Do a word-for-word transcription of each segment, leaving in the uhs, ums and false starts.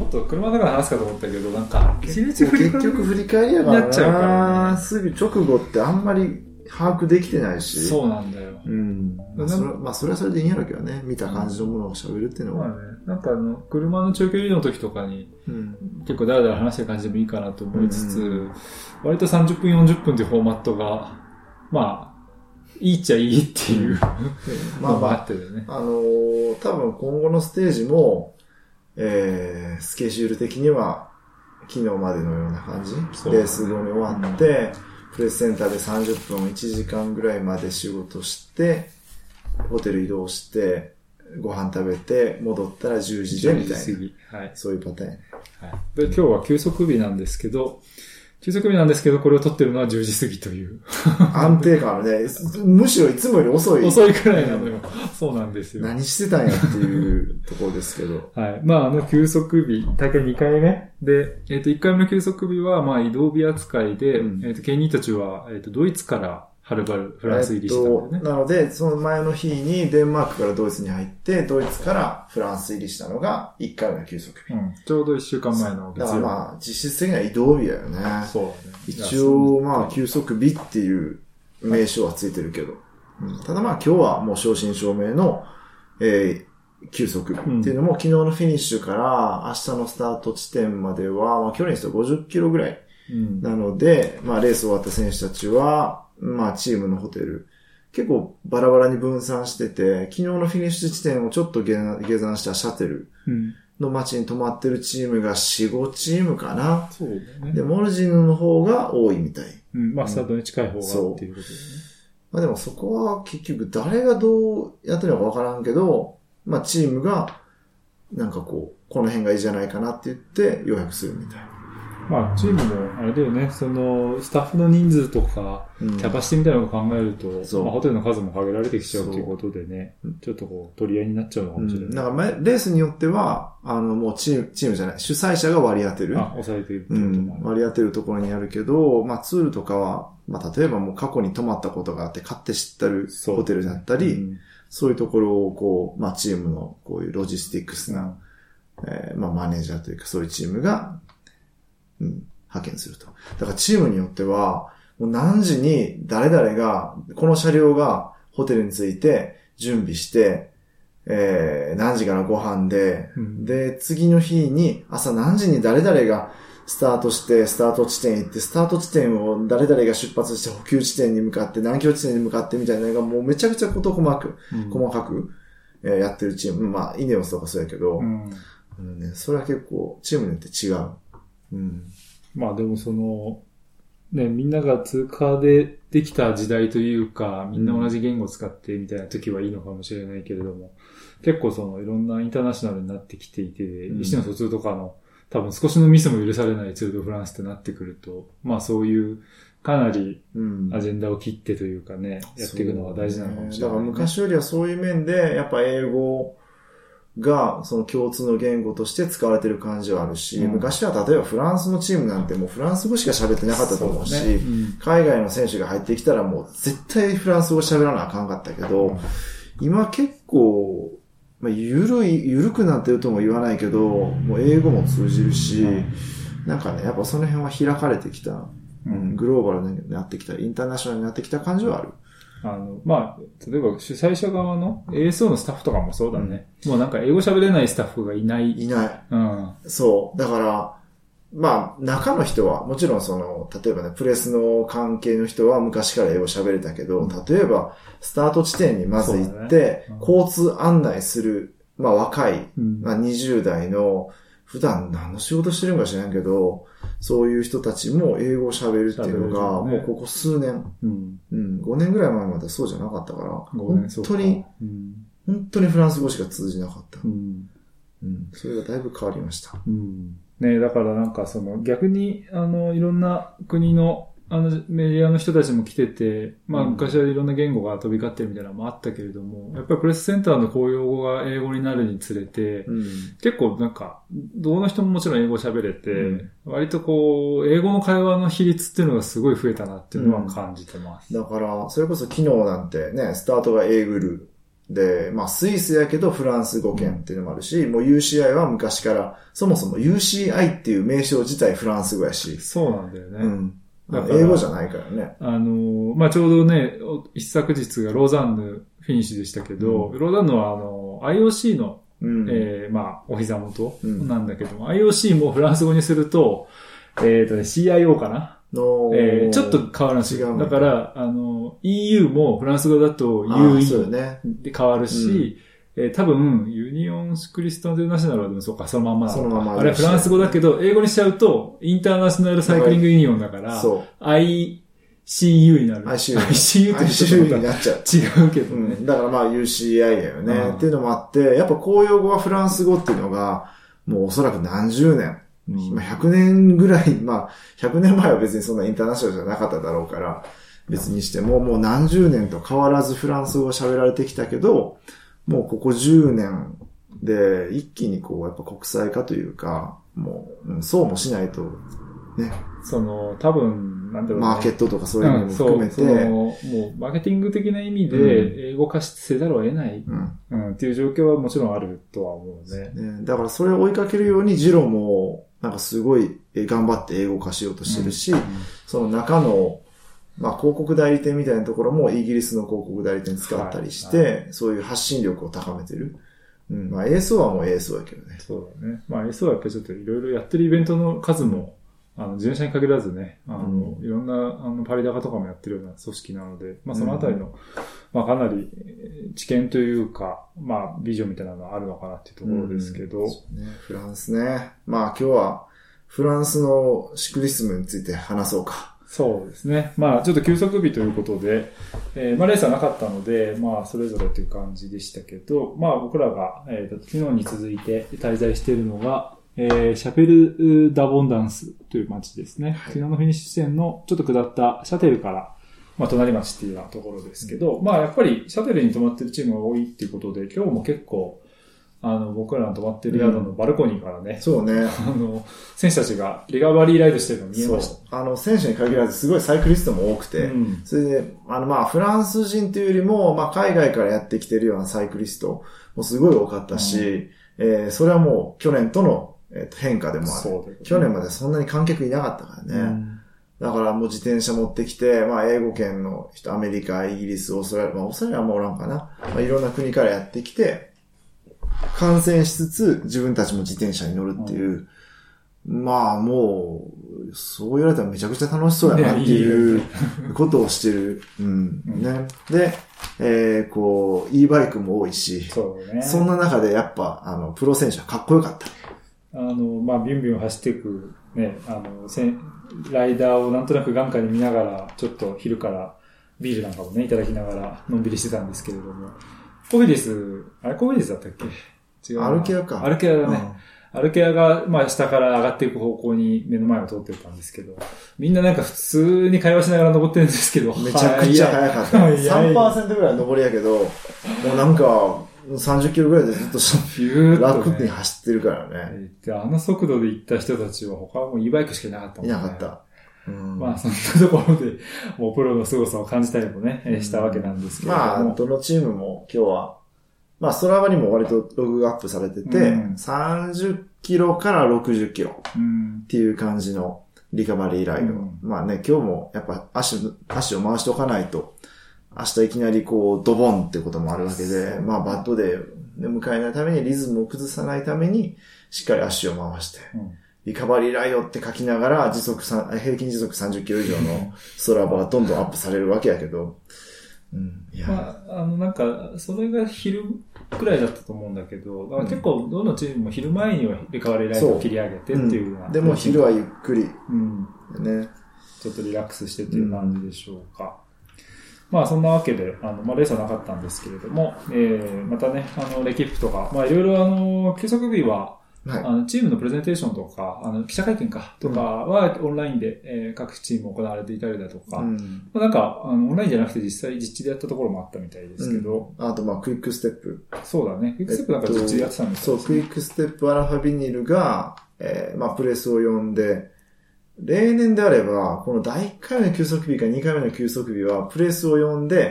っと車の中で話すかと思ったけど、なんか、 一日振り結局振り返りやからな。 なっちゃうからね。 すぐ直後ってあんまり把握できてないし。 そうなんだよ。 うん。まあ、それは、まあ、それはそれでいいんやろうけどね。見た感じのものを喋るっていうのは。 まあね、なんかあの、車の長距離の時とかに、うん、結構だらだら話してる感じでもいいかなと思いつつ、うん、割とさんじゅっぷんよんじゅっぷんっていうフォーマットが、まあ、いいっちゃいいっていう、うん、まあまあ、あってね、 あのー、多分今後のステージも、えー、スケジュール的には、昨日までのような感じ、レース後に終わって、うん、プレスセンターでさんじゅっぷんいちじかんぐらいまで仕事して、ホテル移動して、ご飯食べて、戻ったらじゅうじでみたいな。はい。そういうパターン。はい。 で、今日は休息日なんですけど、休息日なんですけど、これを撮ってるのはじゅうじ過ぎという。 安定感あるね。むしろいつもより遅い。 遅いくらいなのよ。そうなんですよ。 何してたんやっていうところですけど。 はい。まあ、あの、休息日、大会にかいめで、えっ、ー、と、いっかいめの休息日は、まあ、移動日扱いで、うん、えっ、ー、と、ケニーたちは、えっ、ー、と、ドイツから、はるばるフランス入りしたんだよね、 えっと。なので、その前の日にデンマークからドイツに入って、ドイツからフランス入りしたのがいっかいめの休息日。 うん、ちょうどいっしゅうかんまえの月曜日。だからまあ、実質的には移動日だよね。 そうだね。 一応、まあ、休息日っていう名称はついてるけど。うん、ただまあ、今日はもう正真正銘の、えー、休息日っていうのも、うん、昨日のフィニッシュから明日のスタート地点までは、まあ、距離にするとごじゅっキロぐらい。うん、なので、まあ、レース終わった選手たちは、まあ、チームのホテル、結構バラバラに分散してて、昨日のフィニッシュ地点をちょっと下山したシャテルの街に泊まってるチームがよん、ごチームかな。 そうだね。 で、モルジヌの方が多いみたい。 うん、まあ、スタートに近い方がっていうことですね。 まあでもそこは結局誰がどうやってるのかわからんけど、まあチームが、なんかこう、この辺がいいじゃないかなって言って予約するみたいな。 まあ、チームも、あれだよね、その、スタッフの人数とか、キャパシティみたいなのを考えると、うん、まあ、ホテルの数も限られてきちゃうということでね、ちょっとこう、取り合いになっちゃうのかもしれない。うん、 だから、レースによっては、あの、もうチーム、チームじゃない、主催者が割り当てる。 あ、抑えてるってこともある。うん、割り当てるところにあるけど、まあ、ツールとかは、まあ、例えばもう過去に泊まったことがあって、買って知ってるホテルだったり、そう、うん、そういうところを、こう、まあ、チームの、こういうロジスティックスな、うん、えー、まあ、マネージャーというか、そういうチームが、うん、派遣すると。だからチームによっては、もう何時に誰々が、この車両がホテルに着いて準備して、えー、何時からご飯で、うん、で、次の日に朝何時に誰々がスタートして、スタート地点行って、スタート地点を誰々が出発して補給地点に向かって、南京地点に向かってみたいなのがもうめちゃくちゃ事細かく、うん、細かく、えー、やってるチーム。まあ、イネオスとかそうやけど、うんうんね、それは結構チームによって違う。うんまあでもその、ね、みんなが通過でできた時代というか、みんな同じ言語を使ってみたいな時はいいのかもしれないけれども、結構そのいろんなインターナショナルになってきていて、うん、意思の疎通とかの多分少しのミスも許されないツール・ド・フランスってなってくると、まあそういうかなりアジェンダを切ってというかね、うん、やっていくのが大事なのかもしれない、ね。 だから昔よりはそういう面で、やっぱ英語が、その共通の言語として使われてる感じはあるし、うん、昔は例えばフランスのチームなんてもうフランス語しか喋ってなかったと思うし、うねうん、海外の選手が入ってきたらもう絶対フランス語喋らなあかんかったけど、うん、今結構、まあ、ゆるい、ゆるくなってるとも言わないけど、もう英語も通じるし、うん、なんかね、やっぱその辺は開かれてきた、うん、グローバルになってきた、インターナショナルになってきた感じはある。 あの、まあ、例えば主催者側の エーエスオー のスタッフとかもそうだね。うん、もうなんか英語喋れないスタッフがいない。 いない。 うん。 そう。だから、まあ、中の人は、もちろんその、例えばね、プレスの関係の人は昔から英語喋れたけど、うん、例えば、スタート地点にまず行って、ねうん、交通案内する、まあ若い、うん、まあにじゅう代の、普段何の仕事してるんか知らんけど、そういう人たちも英語を喋るっていうのが、もうここ数年、うんうん、ごねんぐらい前までそうじゃなかったから、本当に、うん、本当にフランス語しか通じなかった。うんうん、それがだいぶ変わりました。 うんね、だからなんかその逆にあのいろんな国のあのメディアの人たちも来てて、まあ昔はいろんな言語が飛び交ってるみたいなのもあったけれども、やっぱりプレスセンターの公用語が英語になるにつれて、うん、結構なんか、どの人ももちろん英語喋れて、うん、割とこう、英語の会話の比率っていうのがすごい増えたなっていうのは感じてます。 うん、だから、それこそ昨日なんてね、スタートが英グルで、まあスイスやけどフランス語圏っていうのもあるし、もう ユーシーアイ は昔から、そもそも ユーシーアイ っていう名称自体フランス語やし。 そうなんだよね。 うん。だから英語じゃないからね。 あの、まあちょうどね、一昨日がローザンヌフィニッシュでしたけど、うん、ローザンヌはあの、アイオーシー の、うんえー、まあお膝元なんだけども、うん、アイオーシー もフランス語にすると、えっ、ー、とね、シーアイオー かな。えー、ちょっと変わるんですよ。だから、あの、イーユー もフランス語だと ユーイー で変わるし、うん、えー、多分、ユニオンクリストン・デナショナルはでもそうか、そのまんまなのか。そのままあれフランス語だけど、英語にしちゃうと、インターナショナルサイクリングユニオンだから、そう。アイシーユー になる。 アイシーユー。 アイシーユー ってアイシーユー になっちゃう。 違うけどね。 うん、だからまあ ユーシーアイ だよね、うん。っていうのもあって、やっぱ公用語はフランス語っていうのが、もうおそらく何十年。うん、ひゃくねんぐらい、まあ、ひゃくねんまえは別にそんなインターナショナルじゃなかっただろうから、別にしても、もう何十年と変わらずフランス語を喋られてきたけど、もうここじゅうねんで一気にこう、やっぱ国際化というか、もう、うん、そうもしないと、ね。 その、多分、なんだろう、ね、 マーケットとかそういうのも含めて、 うん、そう、もう、マーケティング的な意味で、英語化せざるを得ない、うんうん、っていう状況はもちろんあるとは思うね。 ね、だからそれを追いかけるように、ジロも、なんかすごい頑張って英語化しようとしてるし、うんうん、その中の、まあ広告代理店みたいなところもイギリスの広告代理店使ったりして、はいはい、そういう発信力を高めてる。うん、まあ エーエスオー はもう エーエスオー だけどね。 そうだね。まあ エーエスオー はやっぱりちょっといろいろやってるイベントの数も、あの、自転車に限らずね、あの、うん、いろんな、あの、パリ高とかもやってるような組織なので、まあそのあたりの、うん、まあかなり知見というか、まあビジョンみたいなのがあるのかなっていうところですけど。うん、 そうね、フランスね。まあ今日はフランスのシクリスムについて話そうか。 そうですね。まあちょっと休息日ということで、えー、まあレースはなかったので、まあそれぞれという感じでしたけど、まあ僕らが、えー、昨日に続いて滞在しているのが、えー、シャペル・ダ・ボンダンスという街ですね。はい、昨日のフィニッシュ地点のちょっと下ったシャテルから、まあ隣町っていうようなところですけど、うん、まあやっぱりシャテルに泊まってるチームが多いっていうことで、今日も結構、あの、僕らの泊まってる宿のバルコニーからね、うん、 そうね。 あの、選手たちがリカバリーライドしてるの見えました。 そう。あの、選手に限らずすごいサイクリストも多くて、うん、それで、あの、まあ、フランス人というよりも、まあ、海外からやってきてるようなサイクリストもすごい多かったし、うん、えー、それはもう去年との、えー、変化でもある、ね。去年までそんなに観客いなかったからね。うん、だからもう自転車持ってきて、まあ、英語圏の人、アメリカ、イギリス、オーストラリア、まあ、オーストラリアはもうおらんかな。まあ、いろんな国からやってきて、観戦しつつ自分たちも自転車に乗るっていう、うん、まあもうそう言われたらめちゃくちゃ楽しそうやなっていうことをしてる、うんね、で、えー、こう e バイクも多いし、 そうね、 そんな中でやっぱあのプロ選手はかっこよかった。 あのまあビュンビュン走っていくね、あのライダーをなんとなく眼下に見ながらちょっと昼からビールなんかもねいただきながらのんびりしてたんですけれども。コフィディス、あれコフィディスだったっけ？違う。 アルケアか。 アルケアだね。うん、アルケアが、まあ下から上がっていく方向に目の前を通ってたんですけど、みんななんか普通に会話しながら登ってるんですけど、 めちゃくちゃ速かった。さんパーセント ぐらい登りやけど、もうなんかさんじゅっキロぐらいでずっと楽に走ってるからね。 で、あの速度で行った人たちは他はもう e バイクしかいなかったもんね。 いなかった。うん、 まあそんなところで、もうプロの凄さを感じたりもね、したわけなんですけども。 まあ、どのチームも今日は、まあストラバにも割とログアップされてて、うん、さんじゅっキロからろくじゅっキロっていう感じのリカバリーライド。うん、まあね、今日もやっぱ足、足を回しておかないと、明日いきなりこうドボンってこともあるわけで、まあバットで迎えないためにリズムを崩さないために、しっかり足を回して、うんリカバリーライドって書きながら、時速さん、平均時速さんじゅっキロ以上のストラバがどんどんアップされるわけやけど。 うん。いや。まあ、あの、なんか、それが昼くらいだったと思うんだけど、だから結構、どのチームも昼前にはリカバリーライドを切り上げてっていうような。 うん、でも昼はゆっくり。 うん。ね。ちょっとリラックスしてっていう感じでしょうか。うん、まあ、そんなわけで、あの、まあ、レースはなかったんですけれども、えー、またね、あの、レキップとか、まあ、いろいろあの、休息日は、はい、あのチームのプレゼンテーションとか、あの記者会見かとかはオンラインで、えー、各チーム行われていたりだとか、うん、まあ、なんかあのオンラインじゃなくて実際実地でやったところもあったみたいですけど、 うん、あとまあクイックステップ。 そうだね。クイックステップなんか実地でやってたんですよ、ね、そう、クイックステップアラファビニルが、えー、まあプレスを呼んで、例年であれば、このだいいっかいめの休息日かにかいめの休息日はプレスを呼んで、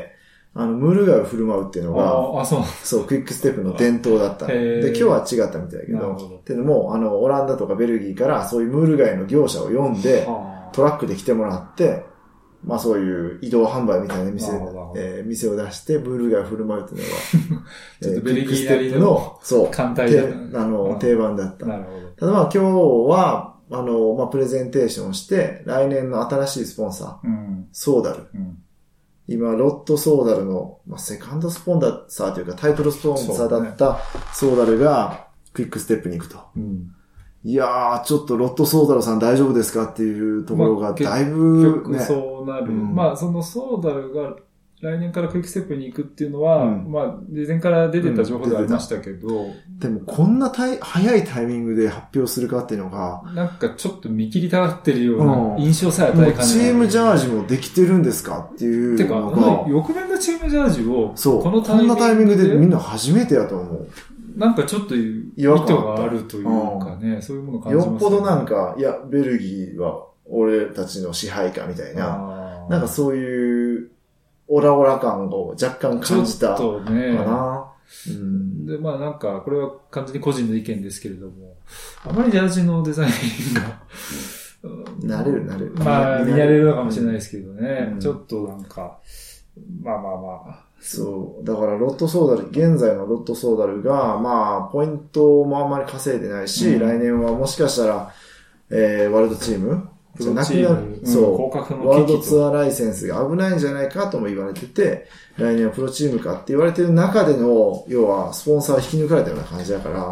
あの、ムール貝を振る舞うっていうのが、 ああ、そう。 そう、クイックステップの伝統だった。で、今日は違ったみたいだけど、どっていうのも、あの、オランダとかベルギーからそういうムール貝の業者を呼んで、トラックで来てもらって、まあそういう移動販売みたいな店、えー、店を出して、ムール貝を振る舞うっていうのが、 ちょっとベルギーなりの、 そう、 簡単だあの、定番だった。 なるほど。 ただまあ今日は、あの、まあプレゼンテーションをして、来年の新しいスポンサー、うん、ソーダル。うん今、ロットソーダルの、まあ、セカンドスポンサーというかタイトルスポンサーだったソーダルがクイックステップに行くと。うん、いやー、ちょっとロットソーダルさん大丈夫ですかっていうところがだいぶ、ね。 結局そうなる。うん、まあ、そのソーダルが来年からクイックステップに行くっていうのは、うん、まあ、事前から出てた情報ではありましたけど。うん、 でも、こんなたい早いタイミングで発表するかっていうのが。 なんかちょっと見切りたがってるような印象さえ与え感じ、 うん、チームジャージもできてるんですかっていうのが。 てか、翌年のチームジャージを、 そう、このタイミングで。こんなタイミングでみんな初めてやと思う。 なんかちょっと意図があるというかね、うん、そういうものを感じます、ね。 よっぽどなんか、いや、ベルギーは俺たちの支配下みたいな、なんかそういう、オラオラ感を若干感じたかな。ちょっとね。 うん、で、まあなんか、これは完全に個人の意見ですけれども、あまりジャージのデザインが、慣れる慣れる。 まあ、見慣れるのかもしれないですけどね。うん、ちょっとなんか、まあまあまあ。 そう。だからロットソーダル、現在のロットソーダルが、まあ、ポイントもあんまり稼いでないし、うん、来年はもしかしたら、えー、ワールドチームプロチーム、 そう、うん、ワールドツアーライセンスが危ないんじゃないかとも言われてて、来年はプロチームかって言われてる中での、要はスポンサー引き抜かれたような感じだから、うん、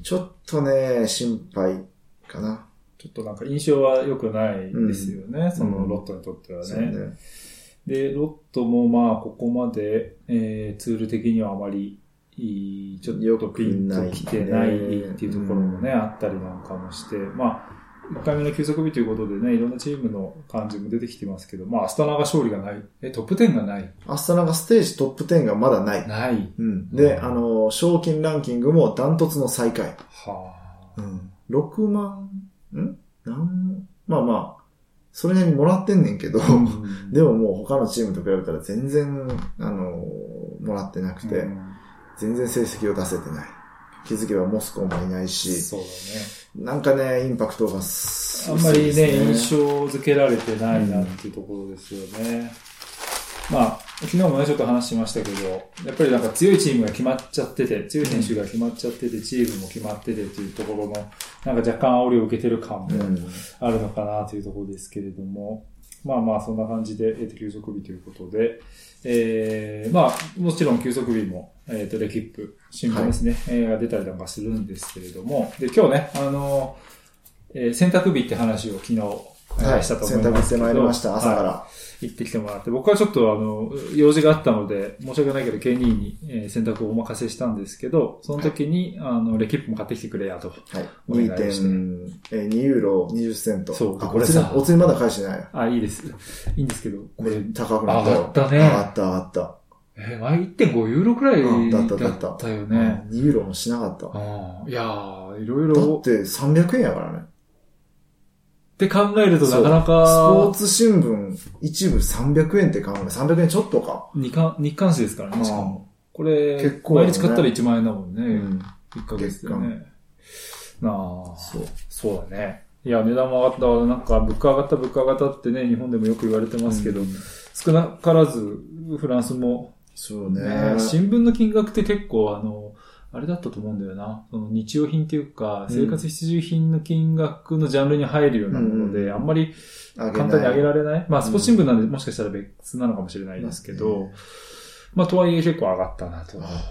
ちょっとね、心配かな。 ちょっとなんか印象は良くないですよね、うん、そのロットにとってはね。うん、ねで、ロットもまあここまで、えー、ツール的にはあまりいい、ちょっとピンと来てないっていうところもね、うん、あったりなんかもして、まあ、いっかいめの休息日ということでね、いろんなチームの感じも出てきてますけど、まあ、アスタナが勝利がない。え、トップじゅうがない。 アスタナがステージトップじゅうがまだない。 ない。 うん。で、うん、あの、賞金ランキングもダントツの最下位。はあ。うん。ろくまん、んなんまあまあ、それなりにもらってんねんけど、うん、でももう他のチームと比べたら全然、あの、もらってなくて、うん、全然成績を出せてない。気づけばモスコもいないし、 そうだね。 なんかね、インパクトが、ね、 あんまりね、印象付けられてないなっていうところですよね。うん、まあ、昨日もね、ちょっと話しましたけど、やっぱりなんか強いチームが決まっちゃってて、強い選手が決まっちゃってて、チームも決まっててっていうところの、なんか若干煽りを受けてる感もあるのかなというところですけれども、うん、まあまあ、そんな感じで、えっと、休息日ということで、えー、まあ、もちろん休息日も、えっと、レキップ、新聞ですね、はい、えー、が出たりなんかするんですけれども、で、今日ね、あの、えー、洗濯日って話を昨日、はい、したと思いますけど。洗濯してまいりました、朝から。はい、行ってきてもらって、僕はちょっとあの、用事があったので、申し訳ないけど、ケーツー に、えー、洗濯をお任せしたんですけど、その時に、はい、あの、レキップも買ってきてくれやと。はい。にてんにユーロにじゅっセント。 そう。 あ、これさ、お釣りまだ返してない。 あ、いいです。いいんですけど、 これ高くなったよ。 上がったね。 上がった、上がった。 えー、前 いってんご ユーロくらいだったよね。 にユーロもしなかった。 あいやー、いろいろ。 だってさんびゃくえんやからね。 って考えるとなかなか。スポーツ新聞一部さんびゃくえんって考え、さんびゃくえんちょっとか。 日刊、日刊誌ですからね、しかも。これ、結構、ね、毎日買ったらいちまんえんだもんね。うん、いっかげつでね。なあ、そう。そうだね。いや、値段も上がったわ。なんか、物価上がった、物価上がったってね、日本でもよく言われてますけど、うん、少なからず、フランスも、 そうね。 新聞の金額って結構、あの、あれだったと思うんだよな。その日用品っていうか、生活必需品の金額のジャンルに入るようなもので、うん、あんまり簡単に上げられない。まあ、スポーツ新聞なんでもしかしたら別なのかもしれないですけど、うん、まあ、とはいえ結構上がったなと。上がった。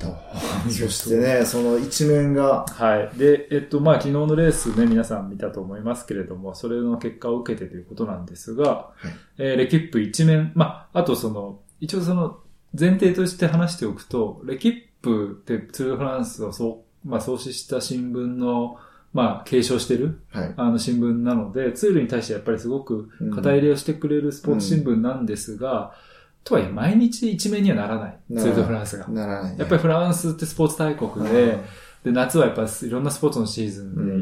そしてね、その一面が。 はい。で、えっと、まあ、昨日のレースね、皆さん見たと思いますけれども、それの結果を受けてということなんですが、はい、えー、レキップ一面、まあ、あとその、一応その、前提として話しておくと、レキップってツール・ド・フランスをそう、まあ、創始した新聞の、まあ、継承してる、はい、あの新聞なので、ツールに対してやっぱりすごく肩入れをしてくれるスポーツ新聞なんですが、うん、とはいえ毎日一面にはならない。ツール・ド・フランスが。 ならない、ね。 やっぱりフランスってスポーツ大国で、うん、で、夏はやっぱいろんなスポーツのシーズンで、い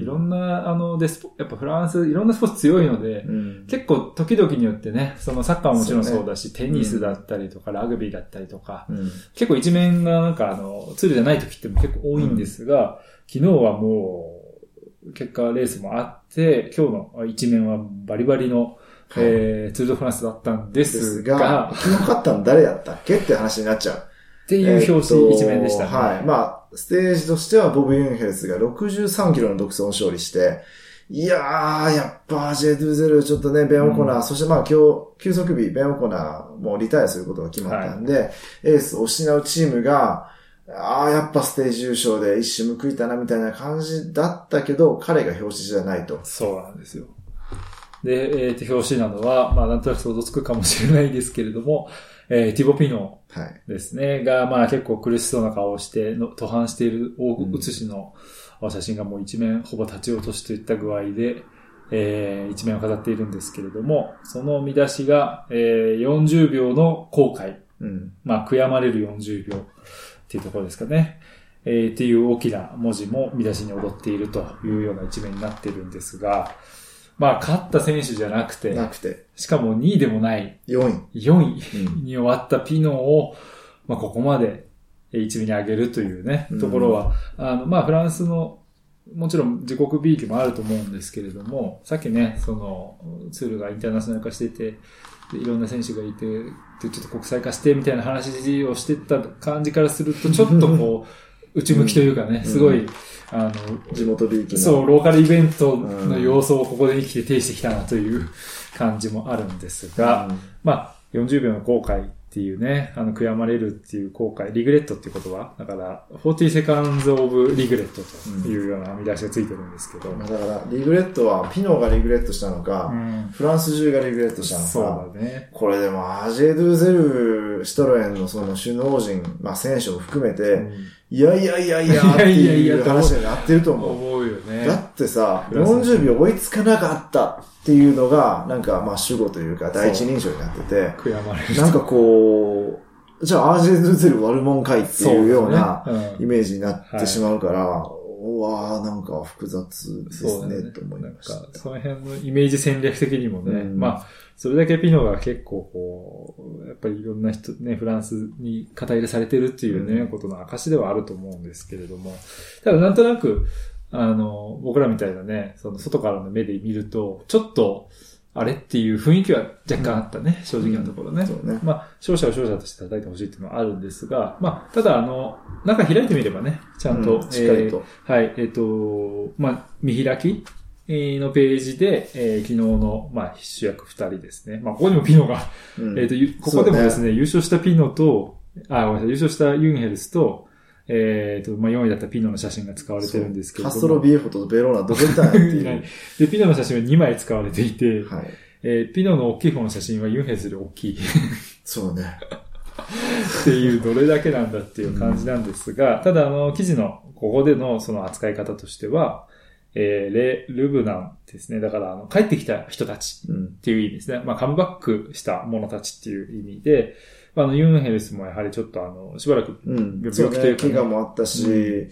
ろんな、あの、で、やっぱフランス、いろんなスポーツ強いので、うん、結構時々によってね、そのサッカーももちろんそうだし、ね、テニスだったりとか、うん、ラグビーだったりとか、うん、結構一面がなんかあの、ツールじゃない時っても結構多いんですが、うん、昨日はもう、結果レースもあって、今日の一面はバリバリの、はい、えー、ツール・ド・フランスだったんですが、ですが昨日勝ったの誰やったっけって話になっちゃう。 っていう表紙、一面でしたね。 はい。まあ、ステージとしてはボブ・ユンヘルスがろくじゅうさんキロの独走勝利して、いやー、やっぱ ジェイトゥーゼロ ちょっとね、ベン・オコナー、うん、そしてまあ今日、休息日、ベン・オコナーもリタイアすることが決まったんで、はい、エースを失うチームが、ああ、やっぱステージ優勝で一矢報いたなみたいな感じだったけど、彼が表紙じゃないと。 そうなんですよ。で、えー、表紙なのは、まあなんとなく想像つくかもしれないですけれども、えー、ティボ・ピノですね、はい、が、まあ結構苦しそうな顔をしての、途半している大写しの写真がもう一面ほぼ立ち落としといった具合で、えー、一面を飾っているんですけれども、その見出しが、えー、よんじゅうびょうの後悔。うん、まあ悔やまれるよんじゅうびょうっていうところですかね。えー、っていう大きな文字も見出しに踊っているというような一面になっているんですが、まあ、勝った選手じゃなくて、 なくて。 しかもにいでもない。 よんい。よんいに終わったピノを、まあ、ここまで一部に上げるというね、ところは、あの、まあ、フランスの、もちろん自国 B 級もあると思うんですけれども、さっきね、その、ツールがインターナショナル化してて、いろんな選手がいて、ちょっと国際化してみたいな話をしてた感じからすると、ちょっとこう、内向きというかね、すごい、うんあの、 地元ビーキの。 そう、ローカルイベントの要素をここで生きて呈してきたなという感じもあるんですが、うん、まあ、よんじゅうびょうの後悔っていうね、あの、悔やまれるっていう後悔、リグレットっていう言葉だから、よんじゅう seconds of regret というような見出しがついてるんですけど。うん、 だから、リグレットはピノがリグレットしたのか、うん、フランス中がリグレットしたのか、 そうだね。 これでも、アジェドゥゼル・シトロエンのその首脳陣、まあ選手も含めて、うんいやいやいやいやっていう話になってると思う。 思うよね。 だってさ、よんじゅうびょう追いつかなかったっていうのが、なんかまあ主語というか第一人称になってて、 悔やまれる。 なんかこう、じゃあアージェドゥゼル悪者かいっていうようなイメージになってしまうから、うわーなんか複雑ですね、と思いました。なんかその辺のイメージ戦略的にもね、うん、まあ、それだけピノが結構こう、やっぱりいろんな人ね、フランスに肩入れされてるっていうね、うん、ことの証ではあると思うんですけれども、ただなんとなく、あの、僕らみたいなね、その外からの目で見ると、ちょっと、あれっていう雰囲気は若干あったね、うん、正直なところね。うんそうねまあ、勝者は勝者として叩いてほしいっていうのはあるんですが、まあ、ただあの、中開いてみればね、ちゃんと、 うん、しっかりと。 えー、はい、えっ、ー、と、まあ、見開きのページで、えー、昨日の、まあ、主役二人ですね。まあ、ここにもピノが、うん、えっ、ー、と、ここでもですね、ね優勝したピノと、あ、ごめんなさい、優勝したユンヘルスと、えっ、ー、と、まあ、よんいだったピノの写真が使われてるんですけども。 カストロビエフォとベローナどこ行ったんやっていう。 で、ピノの写真はにまい使われていて、 はい。 えー、ピノの大きい方の写真はユンヘルスより大きい。 そうね。 っていう、どれだけなんだっていう感じなんですが、うん、ただあの、記事の、ここでのその扱い方としては、えー、レ・ルブナンですね。だから、あの、帰ってきた人たちっていう意味ですね。うん、まあ、カムバックした者たちっていう意味で、あの、ユンヘルスもやはりちょっとあの、しばらく病気というか、ね、うん、怪我もあったし、うん、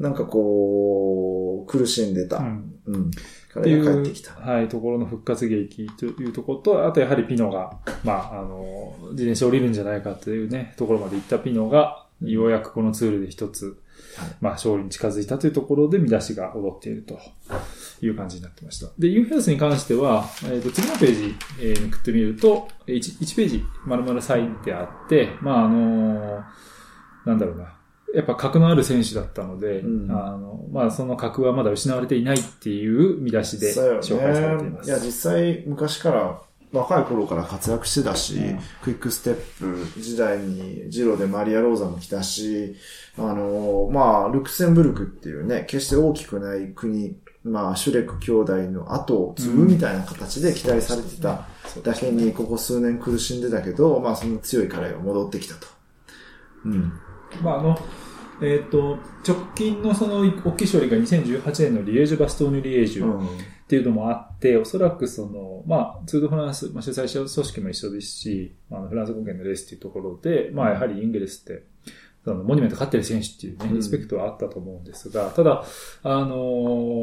なんかこう、苦しんでた。うん。うん、彼が帰ってきた。 はい、ところの復活劇というところと、あとやはりピノが、まあ、あの、自転車降りるんじゃないかというね、ところまで行ったピノが、ようやくこのツールで一つ、まあ、勝利に近づいたというところで見出しが踊っているという感じになってました。で、ユンヘルスに関しては、えっと、次のページ、えー、めくってみると、いち, いちページ丸々割いてあって、まあ、あのー、なんだろうな。やっぱ格のある選手だったので、うん、あの、まあ、その格はまだ失われていないっていう見出しで紹介されています。 いや、実際昔から若い頃から活躍してたし、うん、クイックステップ時代にジロでマリア・ローザも来たし、あの、まあ、ルクセンブルクっていうね、決して大きくない国、まあ、シュレク兄弟の後を継ぐみたいな形で期待されてただけに、ここ数年苦しんでたけど、まあ、その強い彼が戻ってきたと。うん。 まあ、あの、えっ、ー、と、直近のその大きい勝利がにせんじゅうはちねんのリエージュ・バストーニュ・リエージュっていうのもあって、うん、おそらくその、まあ、ツール・ド・フランス、まあ、主催者組織も一緒ですし、あのフランス語圏のレースっていうところで、まあ、やはりイングレスって、そのモニュメント勝ってる選手っていうね、リスペクトはあったと思うんですが、ただ、あのー、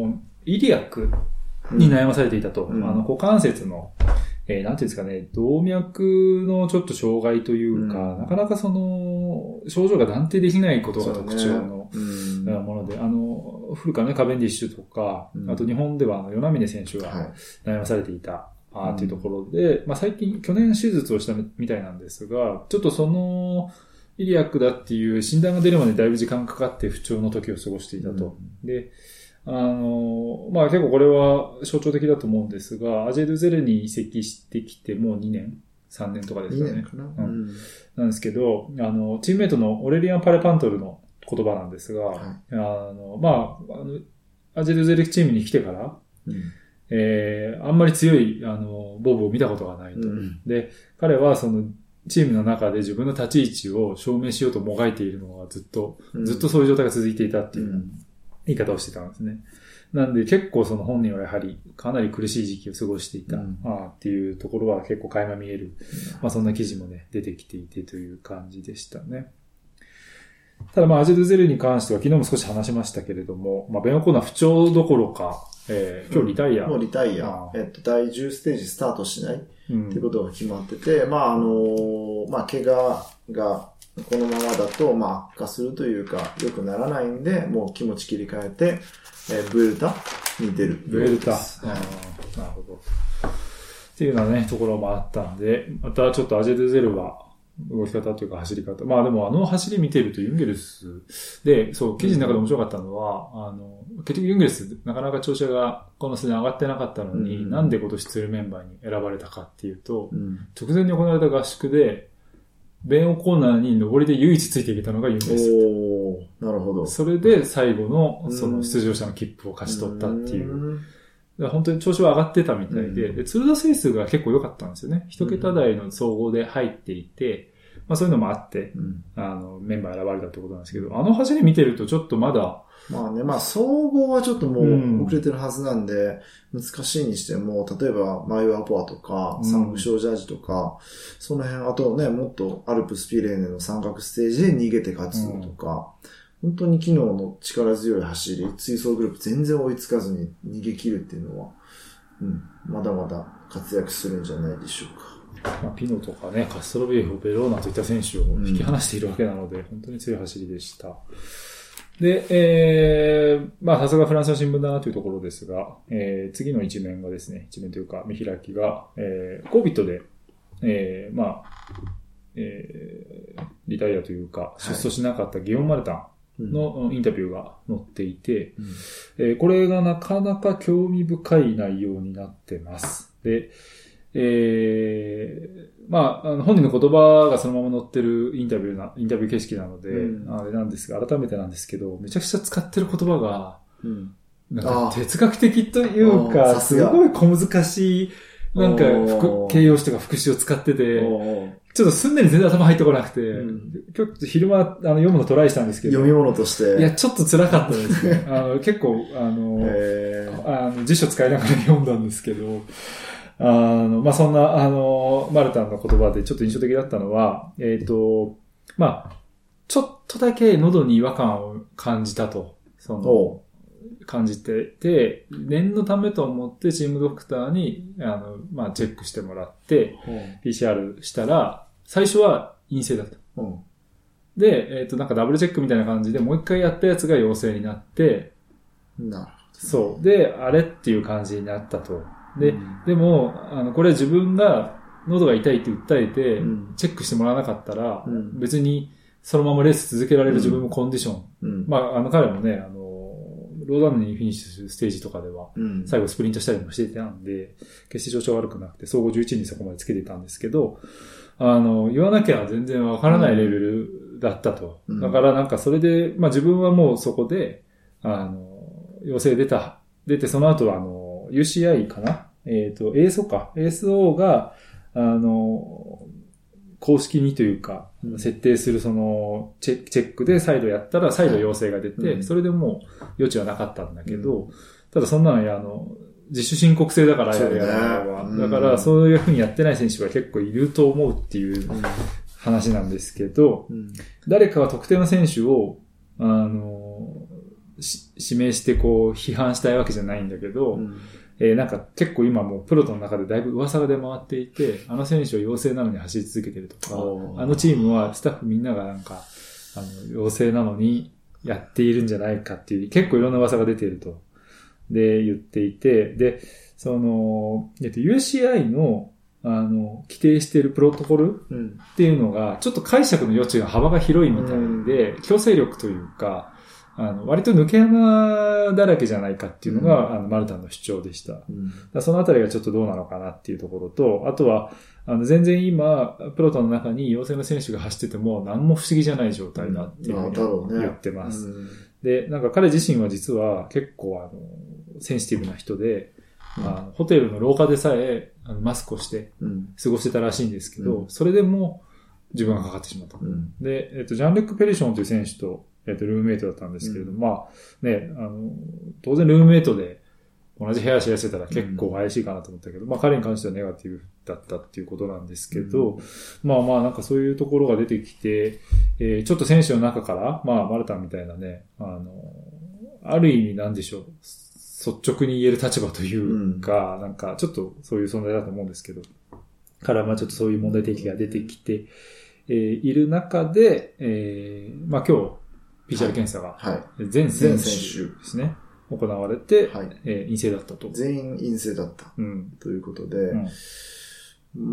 イリアックに悩まされていたと。 うん、 あの、股関節の、えー、なんていうんですかね、動脈のちょっと障害というか、うん、なかなかその、症状が断定できないことが特徴の、ね、うん、もので、あの、古川ね、カベンディッシュとか、うん、あと日本ではあの、与那嶺選手が悩まされていた、はい、あっていうところで、まあ最近、去年手術をしたみたいなんですが、ちょっとその、イリアックだっていう診断が出るまでだいぶ時間かかって不調の時を過ごしていたと。うん、で、あの、まあ結構これは象徴的だと思うんですが、アジェルゼルに移籍してきてもうにねん ?さんねんとかですかね。 にねんかな、 うん、なんですけど、あの、チームメイトのオレリアン・パレパントルの言葉なんですが、はい、あの、まあ、あの、アジェルゼルチームに来てから、うん、えー、あんまり強い、あの、ボブを見たことがないと。うん、で、彼はその、チームの中で自分の立ち位置を証明しようともがいているのがずっと、うん、ずっとそういう状態が続いていたっていう、うん言い方をしてたんですね。なんで結構その本人はやはりかなり苦しい時期を過ごしていた、うん、あっていうところは結構垣間見える、まあそんな記事もね出てきていてという感じでしたね。ただまあアジェルゼルに関しては昨日も少し話しましたけれども、まあベンオコーナー不調どころか、えー、今日リタイア、 うん、もうリタイア、えっとだいじゅうステージスタートしない、うん、っていうことが決まってて、まああのー、まあ怪我がこのままだと、まあ、悪化するというか、良くならないんで、もう気持ち切り替えて、えー、ブエルタに出る。 ブエルタ。ああ、なるほど。っていうようなね、ところもあったんで、またちょっとアジェルゼルは、動き方というか走り方。まあでもあの走り見てるとユンゲルスで、そう、記事の中で面白かったのは、うん、あの、結局ユンゲルスなかなか調子がこの数年上がってなかったのに、うん、なんで今年ツールメンバーに選ばれたかっていうと、うん、直前に行われた合宿で、ベンオコーナーに上りで唯一ついていけたのがユンゲルス。 おー、なるほど。 それで最後のその出場者の切符を勝ち取ったっていう。うん本当に調子は上がってたみたいで、うん、でツールドセイスが結構良かったんですよね。一桁台の総合で入っていて、まあそういうのもあって、うん、あの、メンバー選ばれたってことなんですけど、あの走り見てるとちょっとまだ、 まあね、まあ総合はちょっともう遅れてるはずなんで、難しいにしても、例えばマイワーポアとか、サングショージャージとか、うん、その辺、あとね、もっとアルプスピレーネの三角ステージで逃げて勝つのとか、うん、本当に昨日の力強い走り、追走グループ全然追いつかずに逃げ切るっていうのは、うん、まだまだ活躍するんじゃないでしょうか。 まあ、ピノとかね、カストロビエフ、ベローナといった選手を引き離しているわけなので、うん、本当に強い走りでした。で、えー、まあ、さすがフランスの新聞だなというところですが、えー、次の一面がですね、一面というか、見開きが、えー、コービットで、えー、まあ、えー、リタイアというか、出走しなかったギオン・マルタンのインタビューが載っていて、うんえー、これがなかなか興味深い内容になってます。で、えー、まあ、あの本人の言葉がそのまま載ってるインタビューな、インタビュー形式なので、うん、あれなんですが、改めてなんですけど、めちゃくちゃ使ってる言葉が、うん、なんか哲学的というか、すごい小難しい、なんか、形容詞とか副詞を使ってて、ちょっとすんなり全然頭入ってこなくて、うん、今日昼間あの読むのトライしたんですけど、 読み物として。 いや、ちょっと辛かったですね。あの結構、あの、あの辞書使いながら読んだんですけど、あの、まあ、そんな、あの、マルタンの言葉でちょっと印象的だったのは、えっと、まあ、ちょっとだけ喉に違和感を感じたと、その、感じてて、念のためと思ってチームドクターに、あの、まあ、チェックしてもらって、ピーシーアール したら、最初は陰性だった。で、えっと、なんかダブルチェックみたいな感じで、もう一回やったやつが陽性になって、 なるほど。 そう。で、あれっていう感じになったと。で、うん、でも、あの、これ自分が喉が痛いって訴えて、うん、チェックしてもらわなかったら、うん、別にそのままレース続けられる自分もコンディション。うん、まあ、あの彼もね、あの、ローザンヌにフィニッシュするステージとかでは、最後スプリントしたりもしてたんで、決して調子は悪くなくて、総合じゅういちいにそこまでつけてたんですけど、あの、言わなきゃ全然わからないレベルだったと。うん、だからなんかそれで、まあ自分はもうそこで、あの、陽性出た。出て、その後はあの、ユーシーアイ かなえっと、エーエスオー か。エーエスオー が、あの、公式にというか、うん、設定するそのチェ、チェックで再度やったら再度陽性が出て、うん、それでもう余地はなかったんだけど、うん、ただそんなのや、あの、自主申告制だからやるやるは、ね、だからそういうふうにやってない選手が結構いると思うっていう話なんですけど、うん、誰かが特定の選手を、あの、 指名してこう批判したいわけじゃないんだけど、うんえー、なんか結構今もうプロとの中でだいぶ噂が出回っていて、あの選手は陽性なのに走り続けてるとか、あのチームはスタッフみんながなんか、あの、陽性なのにやっているんじゃないかっていう、結構いろんな噂が出ていると。で、言っていて、で、その、えっと、ユーシーアイ の、あの、規定しているプロトコルっていうのが、ちょっと解釈の余地が幅が広いみたいで、強制力というか、あの、割と抜け穴だらけじゃないかっていうのが、うん、あの、マルタンの主張でした。うん、だそのあたりがちょっとどうなのかなっていうところと、あとは、あの、全然今、プロトの中に陽性の選手が走ってても、何も不思議じゃない状態だっていうふうに言ってます。うんね、で、なんか彼自身は実は結構あの、センシティブな人で、うん、あのホテルの廊下でさえあのマスクをして過ごしてたらしいんですけど、うん、それでも自分がかかってしまった。うん、で、えっと、ジャンレック・ペリションという選手と、えっと、ルームメイトだったんですけれども、うん、まあ、ね、あの、当然ルームメイトで同じ部屋シェアしてたら結構怪しいかなと思ったけど、うん、まあ彼に関してはネガティブだったっていうことなんですけど、うん、まあまあなんかそういうところが出てきて、えー、ちょっと選手の中から、まあマルタンみたいなね、あの、ある意味なんでしょう、率直に言える立場というか、うん、なんかちょっとそういう存在だと思うんですけど、からまあちょっとそういう問題提起が出てきて、えー、いる中で、えー、まあ今日、ピーシーアール 検査が全選手ですね、行われて、はいえー、陰性だったと。 全員陰性だった。うん、ということで、うん、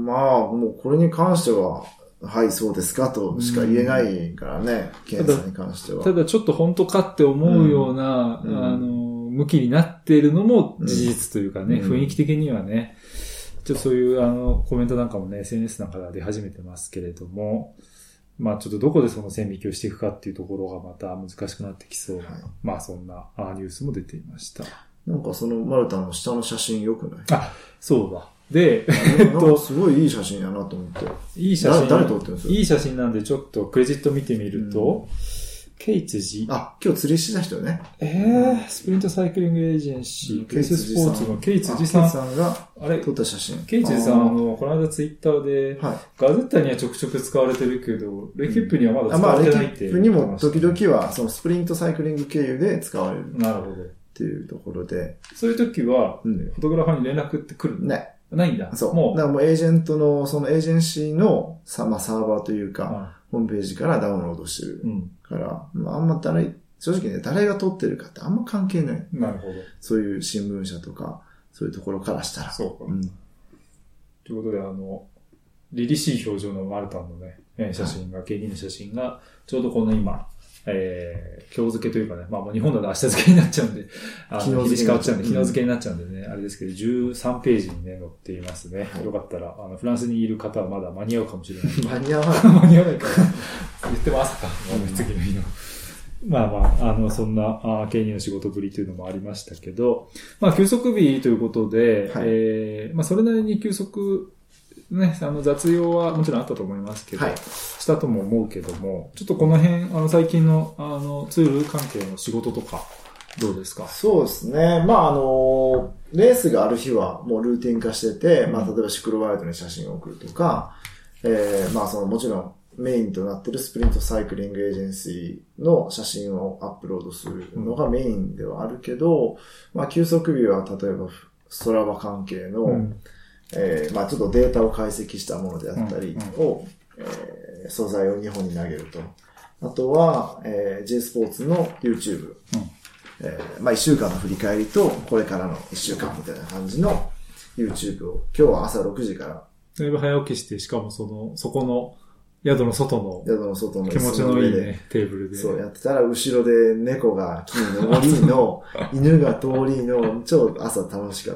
まあもうこれに関しては、はい、そうですかとしか言えないからね、うん、検査に関しては。 ただ、ただちょっと本当かって思うような、うん、あの、向きになっているのも事実というかね、うん、雰囲気的にはね、ちょっとそういうあのコメントなんかもね、エスエヌエス なんかで出始めてますけれども、まあちょっとどこでその線引きをしていくかっていうところがまた難しくなってきそうな、はい、まあそんなニュースも出ていました。 なんかそのマルタの下の写真良くない？ あ、そうだ。で、 えっと、すごいいい写真やなと思って。 いい写真。 誰撮ってるんですか？ いい写真なんでちょっとクレジット見てみると、うんケイツジ。 あ、今日釣りしてた人ね。 ええー、スプリントサイクリングエージェンシー、ケイツスポーツのケイツジさん。 ケイツさんがあれ撮った写真。 ケイツジさん、あの、この間ツイッターで、はい、ガゼッタにはちょくちょく使われてるけど、レキュップにはまだ使われてないって、 うん。まあ、レキュップにも時々は、そのスプリントサイクリング経由で使われる。 なるほど。 っていうところで。 そういう時は、うん、フォトグラファーに連絡って来るね。 ないんだ。 そう。もう。だからもうエージェントの、そのエージェンシーのサ,、まあ、サーバーというか、うん、ホームページからダウンロードしてる。うんから、まあ、あんま誰、正直ね、誰が撮ってるかってあんま関係ない。 なるほど。 そういう新聞社とか、そういうところからしたら。 そうか。うん。ということで、あの、凛々しい表情のマルタンのね、写真が、ケーディーの写真が、ちょうどこの今、えー、今日付けというかね、まあもう日本だと明日付けになっちゃうんで、あの日にち変わっちゃうんで、昨日付けになっちゃうんでね、うん、あれですけど、じゅうさんページにね、載っていますね。はい、よかったら、あの、フランスにいる方はまだ間に合うかもしれない。 間に合わない。 間に合わないから。言っても朝か、次の日の。まあまあ、あの、そんな、あケーディーの仕事ぶりというのもありましたけど、まあ、休息日ということで、はい、えー、まあ、それなりに休息、ね、あの雑用はもちろんあったと思いますけど、はい、したとも思うけども、ちょっとこの辺、あの最近のあのツール関係の仕事とか、どうですか？ そうですね。まああの、レースがある日はもうルーティン化してて、うん、まあ例えばシクロワイドに写真を送るとか、えー、まあそのもちろんメインとなっているスプリントサイクリングエージェンシーの写真をアップロードするのがメインではあるけど、まあ休息日は例えばストラバ関係の、うんえー、まあちょっとデータを解析したものであったりを、うんうんえー、素材を日本に投げると。あとは、えー、J スポーツの YouTube。うんえー、まあ一週間の振り返りと、これからの一週間みたいな感じの YouTube を、今日は朝ろくじから。 だいぶ早起きして、しかもその、そこの宿の外の、 宿の外の気持ちのいいね、テーブルで。 そうやってたら、後ろで猫が木に登りの、犬が通りの、超朝楽しかった。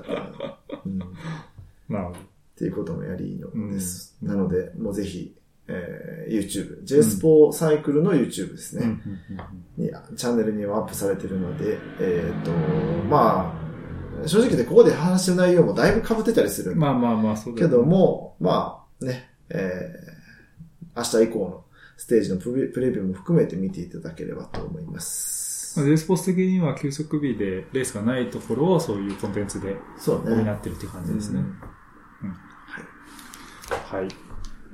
うんなるほど。 っていうこともやりのです。うん、なので、もうぜひ、えー、YouTube、J スポサイクルの YouTube ですね。うん、にチャンネルにはアップされているので、えっと、まあ、正直でここで話してる内容もだいぶ被ってたりする。 まあまあまあ、そうだ、ね、けども、まあね、えー、明日以降のステージのプレ、プレビューも含めて見ていただければと思います。 J スポーツ的には休息日でレースがないところをそういうコンテンツで補っているっていう感じですね。うんはい。はい。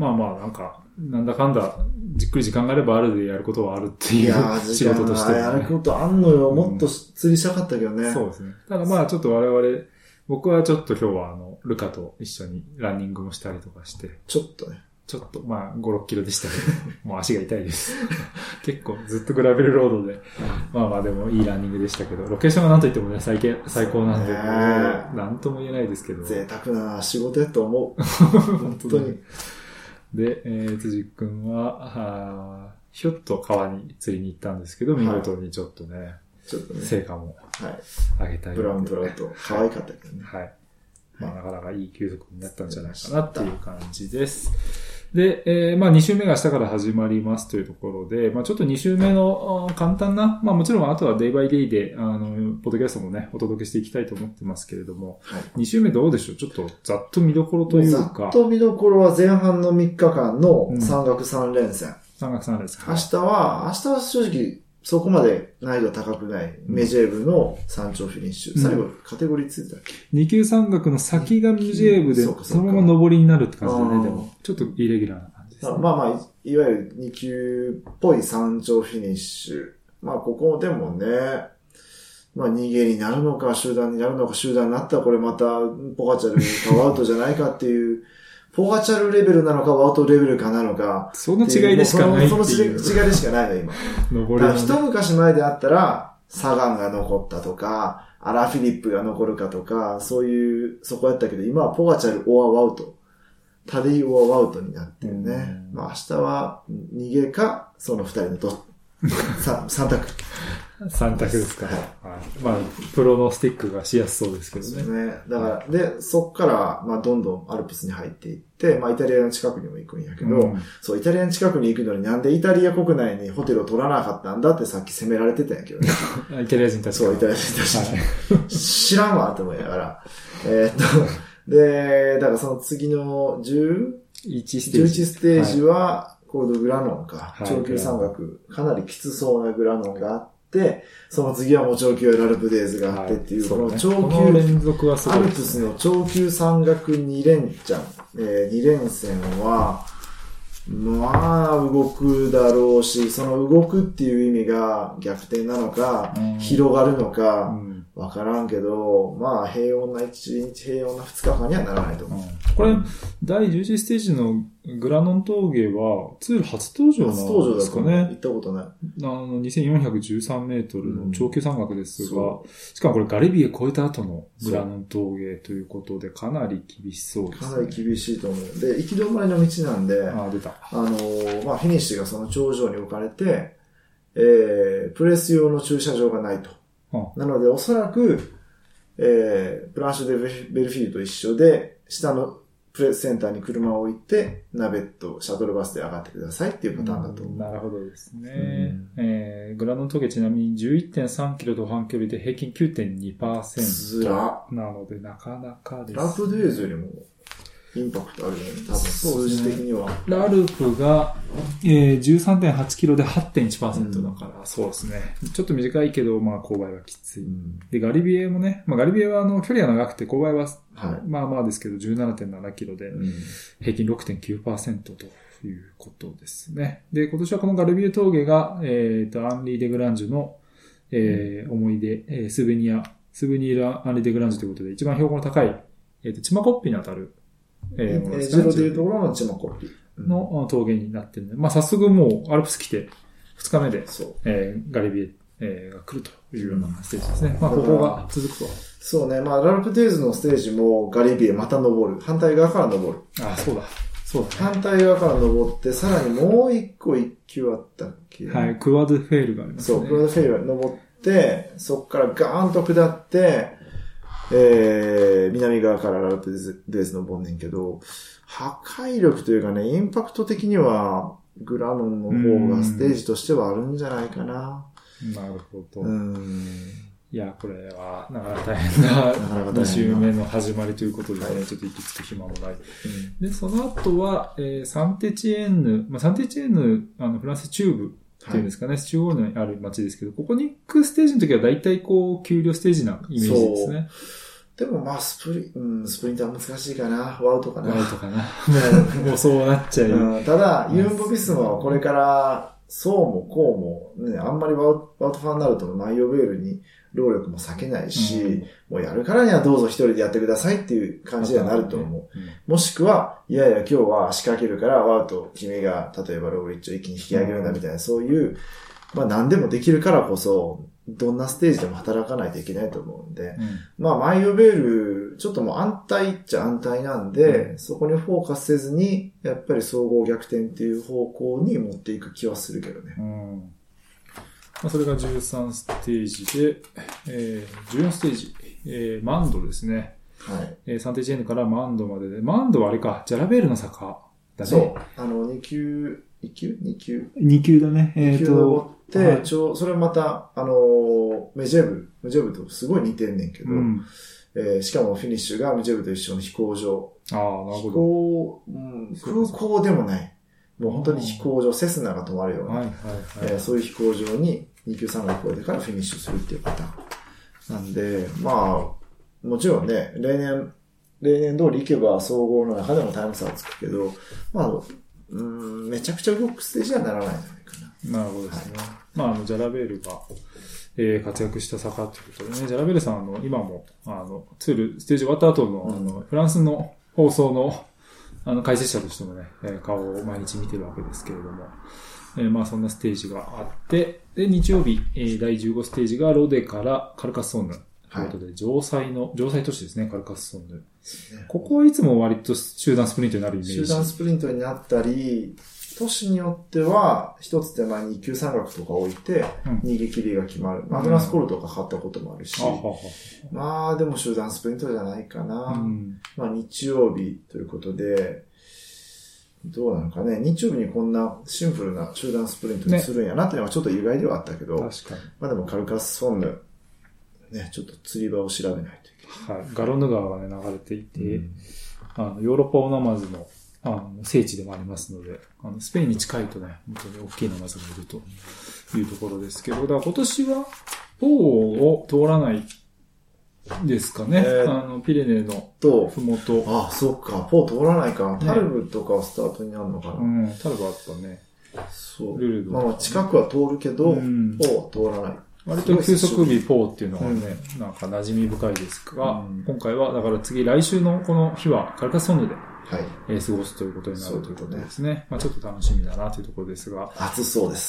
まあまあなんか、なんだかんだ、じっくり時間があればあるでやることはあるっていう仕事として、 ね。やることあんのよ。もっと釣りしたかったけどね、うん。 そうですね。ただまあちょっと我々、僕はちょっと今日はあの、ルカと一緒にランニングもしたりとかして。 ちょっとね。 ちょっと、まあ、ご、ろっキロでしたけど、もう足が痛いです。結構ずっとグラベルロードで、まあまあでもいいランニングでしたけど、ロケーションがなんといってもね、最高、最高なんで、なんとも言えないですけど。 贅沢な仕事やと思う。本当に。 で、えー、辻くんは、あひょっと川に釣りに行ったんですけど、見事にちょっとね、はい、ちょっとね、成果も上げたい、ね。 ブラウントラウト、可愛かったけどね。 はい。まあ、なかなかいい休息になったんじゃないかなっていう感じです。で、えー、まあに週目が明日から始まりますというところで、まあちょっとに週目の簡単な、まあもちろんあとはデイバイデイで、あの、ポッドキャストもね、お届けしていきたいと思ってますけれども、はい、に週目どうでしょう？ちょっとざっと見どころというか。 ざっと見どころは前半のみっかかんの山岳さん連戦。うん、 山岳さん連戦。 明日は、明日は正直、そこまで難易度高くないメジェーブの山頂フィニッシュ。うん、最後、カテゴリーついてたっけ？ に級山岳の先がメジェーブで、そのまま上りになるって感じだね、でも。ちょっとイレギュラーな感じですね。 まあまあ、いわゆるに級っぽい山頂フィニッシュ。まあ、ここでもね、まあ、逃げになるのか、集団になるのか、集団になったらこれまた、ポガチャルかワウトじゃないかっていう、ポガチャルレベルなのか、ワウトレベルかなのか。 その違いでしかないっていう。 その違いでしかないの、今。登り、ね。一昔前であったら、サガンが残ったとか、アラフィリップが残るかとか、そういう、そこやったけど、今はポガチャル、オアワウト。タディオアワウトになってるね。まあ明日は逃げか、その二人のど、三、三択。 三択ですか。はい。まあ、プロのスティックがしやすそうですけどね。 そうね。だから、で、そっから、まあ、どんどんアルプスに入っていって、まあ、イタリアの近くにも行くんやけど、うん、そう、イタリアの近くに行くのになんでイタリア国内にホテルを取らなかったんだってさっき責められてたんやけどね。 イタリア人たちそう、イタリア人たち。はい、知らんわって思いながら。えー、っと、で、だからその次のじゅういちステージ。じゅういちステージは、コールドグラノンか、はい、長級山岳、かなりきつそうなグラノンがあって、で、その次はもう長級ラルプデーズがあってっていう、はい、この長級、 連続はすごいアルプスの長級山岳に連チャン、えー、に連戦は、まあ、動くだろうし、その動くっていう意味が逆転なのか、うん、広がるのか、わからんけど、まあ、平穏な一日、平穏な二日間にはならないと思う。うん、 これ、だいじゅういちステージのグラノン峠は、ツール初登場なんですかね。初登場だとね。 行ったことない。 あの、にせんよんひゃくじゅうさんメートルの長級山岳ですが、うん、しかもこれガリビエ越えた後のグラノン峠ということで、かなり厳しそうですね。 かなり厳しいと思う。で、行き止まりの道なんで、 あ、出た。 あの、まあ、フィニッシュがその頂上に置かれて、えー、プレス用の駐車場がないと。なので、おそらく、えー、プランシュデベルフィールと一緒で、下のプレスセンターに車を置いて、ナベット、シャトルバスで上がってくださいっていうパターンだと思う。 うん、なるほどですね。うんえー、グラノン峠ちなみに じゅういってんさんキロ途半距離で平均 きゅうてんにパーセント。 ずら。 なので、なかなかです、ね。 ラップデイズよりも、インパクトあるよね。多分、数字的には。 ラルプが、えー、じゅうさんてんはちキロで はちてんいちパーセント だから、うん、そうですね。ちょっと短いけど、まあ、勾配はきつい。うん、で、ガリビエもね、まあ、ガリビエはあの、距離は長くて、勾配は、はい、まあまあですけど、じゅうななてんななキロで、うん、平均 ろくてんきゅうパーセント ということですね。で、今年はこのガリビエ峠が、えっ、ー、と、アンリー・デ・グランジュの、えー、思い出、えー、スベニア、スベニーラ・アンリー・デ・グランジュということで、一番標高の高い、えっ、ー、と、チマコッピに当たる、 えー、ゼロでいうところのチマコッピの峠になってるので、まあ早速もうアルプス来てふつかめで、えー、ガリビエ、えー、が来るというようなステージですね。うん、まあここが続くと。 そうね。まあラルプデイズのステージもガリビエまた登る。反対側から登る。 ああ、そうだ。そうだ、ね。 反対側から登って、さらにもう一個一級あったっけ？ はい。クワドフェールがありますね。 そう、クワドフェールが登って、そこからガーンと下って、えー、南側からラルプデイズ登んねんけど、破壊力というかね、インパクト的には、グラノンの方がステージとしてはあるんじゃないかな。 なるほど。うんいや、これは、なかなか大変なに週目の始まりということでね、はい、ちょっと行き着く暇もない。うん、で、その後は、えー、サンテチエンヌ、まあ、サンテチエンヌ、あの、フランス中部っていうんですかね、はい、中央にある街ですけど、ここに行くステージの時は大体こう、丘陵ステージなイメージですね。 でもまあスプリ、うん、スプリントは難しいかな。ワウトかな。 ワウトかな。もう、もうそうなっちゃう、 うん。ただ、ユンボビスモはこれから、そうもこうも、ね、あんまりワウトファンになるとマイオベールに労力も割けないし、うん、もうやるからにはどうぞ一人でやってくださいっていう感じにはなると思う。うん、もしくは、いやいや今日は仕掛けるからワウト君が例えばローリッチを一気に引き上げるんだみたいな、うん、そういう、まあ何でもできるからこそ、どんなステージでも働かないといけないと思うんで、うん、まあマイオベール、ちょっともう安泰っちゃ安泰なんで、うん、そこにフォーカスせずに、やっぱり総合逆転っていう方向に持っていく気はするけどね。うんまあ、それがじゅうさんステージで、えー、じゅうよんステージ、えー、マンドですね。 はい。 えー、サンテージエンドからマンドまでで、マンドはあれか、ジャラベールの坂だね。 そう。あの、に級、いっ級 ?に 級に 級だね。 えっ、ー、と、で、はい、ちょ、それまた、あのー、メジェブ、メジェブとすごい似てんねんけど、うんえー、しかもフィニッシュがメジェブと一緒の飛行場。 ああ、なるほど。 飛行、うん、空港でもない。もう本当に飛行場、セスナが止まるような、はいはいはいえー、そういう飛行場にに級さんが超えてからフィニッシュするっていうパターン。なんで、まあ、もちろんね、例年、例年通り行けば総合の中でもタイム差はつくけど、まあ、うん、めちゃくちゃ動くステージにはならないんじゃないかな。 なるほどですね。はい、まあ、あの、ジャラベールが、えー、活躍した坂ということでね、ジャラベールさん、あの、今も、あの、ツール、ステージ終わった後の、うん、あの、フランスの放送の、あの、解説者としてもね、えー、顔を毎日見てるわけですけれども、えー、まあ、そんなステージがあって、で、日曜日、えー、だいじゅうごステージがロデからカルカッソンヌ。ということで、城西の、城西都市ですね、カルカッソンヌ。ね、ここはいつも割と集団スプリントになるイメージ。 集団スプリントになったり、都市によっては、一つ手前に級山岳とか置いて、逃げ切りが決まる。マグナスコールとか買ったこともあるし、うん、まあでも集団スプリントじゃないかな。うん、まあ日曜日ということで、どうなのかね。日曜日にこんなシンプルな集団スプリントにするんやなっていうのはちょっと意外ではあったけど、 ね、確かに。 まあでもカルカッソンヌ、ね、ちょっと釣り場を調べないといけない。はい。ガロンヌ川がね、流れていて、うん、あの、ヨーロッパオナマズの、あの、聖地でもありますので、あの、スペインに近いとね、本当に大きいナマズがいるというところですけど、だから今年は、ポーを通らないですかね。えー、あの、ピレネーのふもと。 ああ、そっか。ポー通らないか。タルブとかはスタートになるのかな。 うん、タルブあったね。 そう。ルルド。まあ、近くは通るけど、うん、ポー通らない。 割と急速日ポーっていうのはね、うん、なんか馴染み深いですが、うん、今回はだから次来週のこの日はカルカッソンヌで、はいえー、過ごすということになるということですね。ねまあちょっと楽しみだなというところですが。 暑そうです。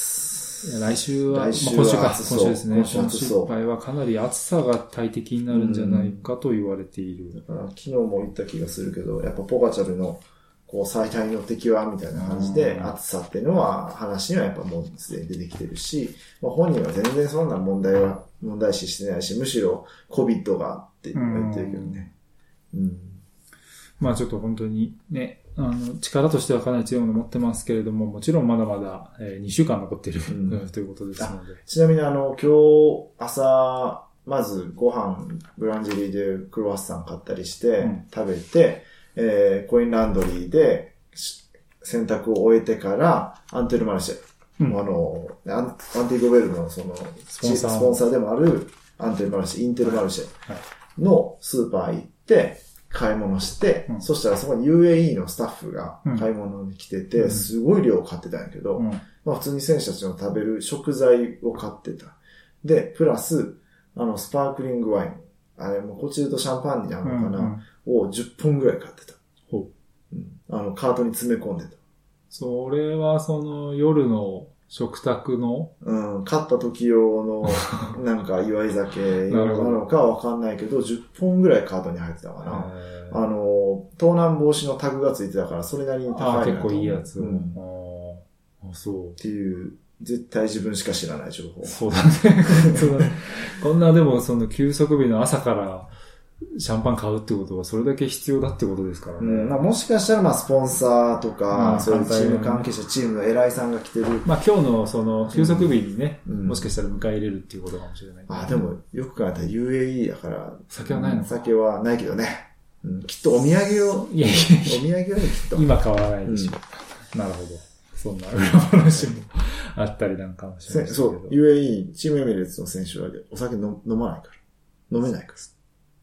来週は、来週はまあ、今週か、今週ですね。今週今週いっぱいはかなり暑さが大敵になるんじゃないかと言われている。 うん、だから昨日も言った気がするけど、やっぱポガチャルのこう最大の敵はみたいな感じで、暑さっていうのは話にはやっぱもうすでに出てきてるし、まあ、本人は全然そんな問題は問題視してないし、むしろ コビッド がって言ってるけどね。うん、 まあちょっと本当にね、あの力としてはかなり強いもの持ってますけれども、もちろんまだまだにしゅうかん残っている、うん、ということですので。 ちなみにあの今日朝まずご飯ブランジェリーでクロワッサン買ったりして、うん、食べて。えー、コインランドリーで洗濯を終えてからアンテルマルシェ、うん、あのアン、アンティゴベルのそのスポンサー、スポンサーでもあるアンテルマルシェ、インテルマルシェのスーパー行って買い物して、うん、そしたらそこに ユーエーイー のスタッフが買い物に来てて、うん、すごい量買ってたんやけど、うん、まあ普通に選手たちの食べる食材を買ってた。で、プラス、あの、スパークリングワイン。あれもコチルとシャンパンになるのかな、うんうん、をじゅっぽんぐらい買ってた。ほう、うん。あの、カートに詰め込んでた。 それはその夜の食卓のうん、買った時用のなんか祝い酒なのかわかんないけど、じゅっぽんぐらいカートに入ってたかな。あの、盗難防止のタグがついてたから、それなりに高いなと。 あ、結構いいやつ。うん、 ああ、そう。っていう、絶対自分しか知らない情報。 そうだね。そうだね。こんなでもその休息日の朝からシャンパン買うってことはそれだけ必要だってことですからね。 うん、まあ、もしかしたらまあスポンサーとか、まあ、そういうチーム関係者、チームの偉いさんが来てる。 まあ今日のその休息日にね、うん、もしかしたら迎え入れるっていうことかもしれない、ね。 ああ、でもよく考えたら ユーエーイー だから。 酒はないのか、 酒はないけどね。うん、きっとお土産を、いやいやお土産をね、きっと。 今買わないでしょ。うん、なるほど。そんな裏話もあったりなんかもしれないですけど。 そう、ユーエーイー、チームエミレーツの選手はお酒の飲まないから。飲めないから。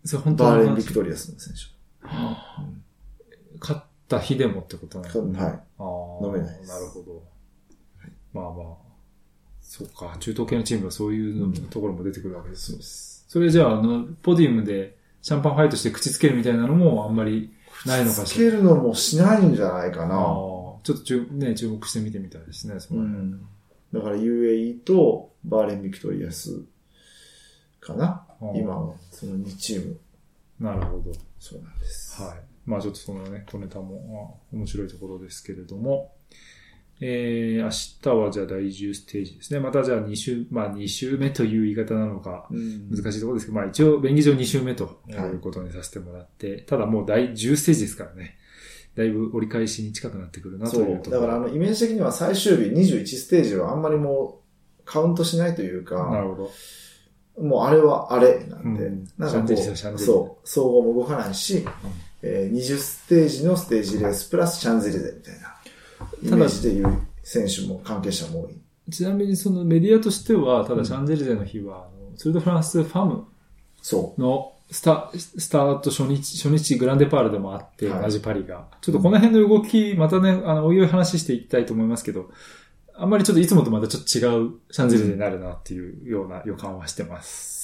それ本当のバーレン・ビクトリアスの選手。 はあうん、勝った日でもってことなんですね。 はい。 あ飲めないです。 なるほど。はい、まあまあ。そうか。中東系のチームはそういうところも出てくるわけです。 そうです。 それじゃあ、あの、ポディウムでシャンパンファイトして口つけるみたいなのもあんまりないのかしら。 口つけるのもしないんじゃないかな。 あちょっと注、ね、注目してみてみたいですね。そのうん、だから ユーエーイー とバーレン・ビクトリアスかな。今はそのにチーム。 なるほど。 そうなんです。 はい。まあちょっとそのね、小ネタも面白いところですけれども、えー、明日はじゃあだいじゅうステージですね。またじゃあに週、まあに週目という言い方なのか、難しいところですけど、まあ一応、便宜上に週目ということにさせてもらって、はい、ただもうだいじゅうステージですからね。だいぶ折り返しに近くなってくるなというところ。 そう。だからあの、イメージ的には最終日にじゅういちステージはあんまりもうカウントしないというか、 なるほど。 もうあれはあれなんで、うん、なんかこう、 シャンゼリゼシャンゼリゼそう、総合も動かないし、うんえー、にじゅうステージのステージレースプラスシャンゼリゼみたいなイメージで言う選手も関係者も多い。 ちなみにそのメディアとしては、ただシャンゼリゼの日は、うん、ツール・ド・フランス・ファムのスタ、スタート初日、初日グランデパールでもあって、はい、同じパリが。ちょっとこの辺の動き、またね、あの、おいおい話していきたいと思いますけど、あんまりちょっといつもとまたちょっと違うシャンゼリゼになるなっていうような予感はしてます。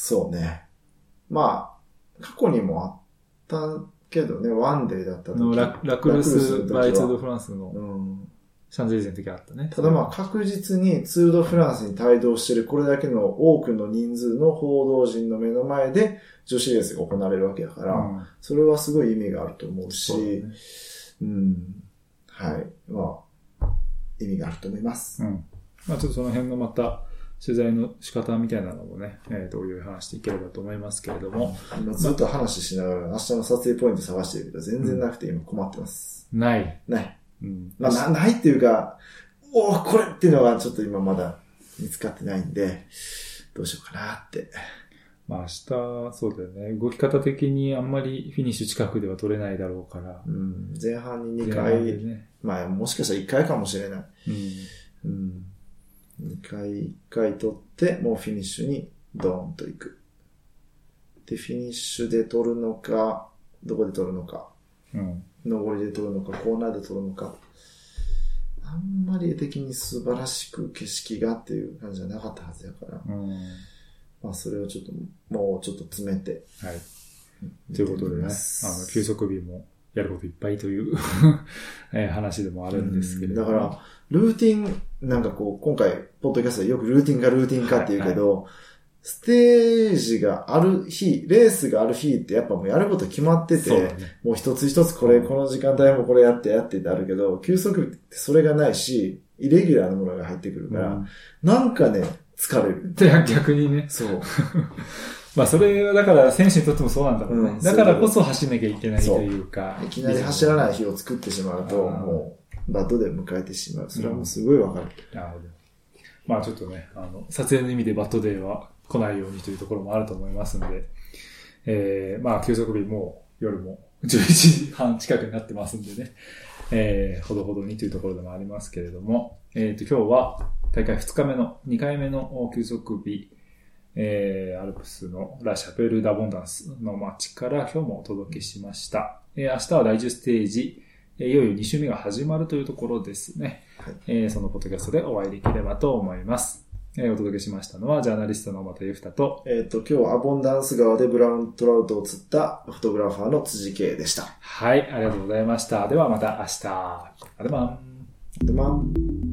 そうね。まあ、過去にもあったけどね、ワンデーだった時のラ、ラクルス・バイツード・フランスのシャンゼリゼの時あったね。 ただまあ確実にツール・ド・フランスに帯同しているこれだけの多くの人数の報道陣の目の前で女子レースが行われるわけだから、うん、それはすごい意味があると思うし、うね、うん、はい。まあ、意味があると思います。 うん。まあちょっとその辺のまた、取材の仕方みたいなのもね、えー、どういう話していければと思いますけれども。 今ずっと話しながら明日の撮影ポイント探してるけど、全然なくて今困ってます。 うん、ない。 ない。うん。まあな、ないっていうか、おーこれっていうのはちょっと今まだ見つかってないんで、どうしようかなって。 まあ明日、そうだよね。動き方的にあんまりフィニッシュ近くでは取れないだろうから。 うん。前半ににかい、ね、まあもしかしたらいっかいかもしれない。うん。うんにかいいっかい取って、もうフィニッシュにドーンと行く。で、フィニッシュで取るのか、どこで取るのか、うん、上りで取るのか、コーナーで取るのか。あんまり絵的に素晴らしく景色がっていう感じじゃなかったはずやから。うん、まあそれをちょっと、もうちょっと詰めて。 はい。ということでね、あの、休息日もやることいっぱいという話でもあるんですけれども。 だから、ルーティン、なんかこう、今回、ポッドキャストでよくルーティンかルーティンかって言うけど、はいはい、ステージがある日、レースがある日ってやっぱもうやること決まってて、ね、もう一つ一つこれ、この時間帯もこれやってやってってあるけど、休息日ってそれがないし、イレギュラーなものが入ってくるから、うん、なんかね、疲れる。 で、逆にね。 そう。 まあそれはだから選手にとってもそうなんだろうね。うん、だからこそ走んなきゃいけないというか。 いきなり走らない日を作ってしまうと、もう、バッドで迎えてしまう。それはもうすごいわかる、 うん。なるほど。まあちょっとね、あの、撮影の意味でバッドデーは来ないようにというところもあると思いますので、えー、まあ休息日も夜もじゅういちじはん近くになってますんでね、えー、ほどほどにというところでもありますけれども、えっと、今日は大会ふつかめのにかいめの休息日、えー、アルプスのラ・シャペル・ダ・ボンダンスの街から今日もお届けしました。えー、明日はだいじゅうステージ、えー、いよいよに週目が始まるというところですね。はい、えー、そのポッドキャストでお会いできればと思います。えー、お届けしましたのはジャーナリストの又由太と、 えっと、今日はアボンダンス川でブラウントラウトを釣ったフォトグラファーの辻圭でした。 はい、ありがとうございました。ではまた明日。アドバン。 アドバン。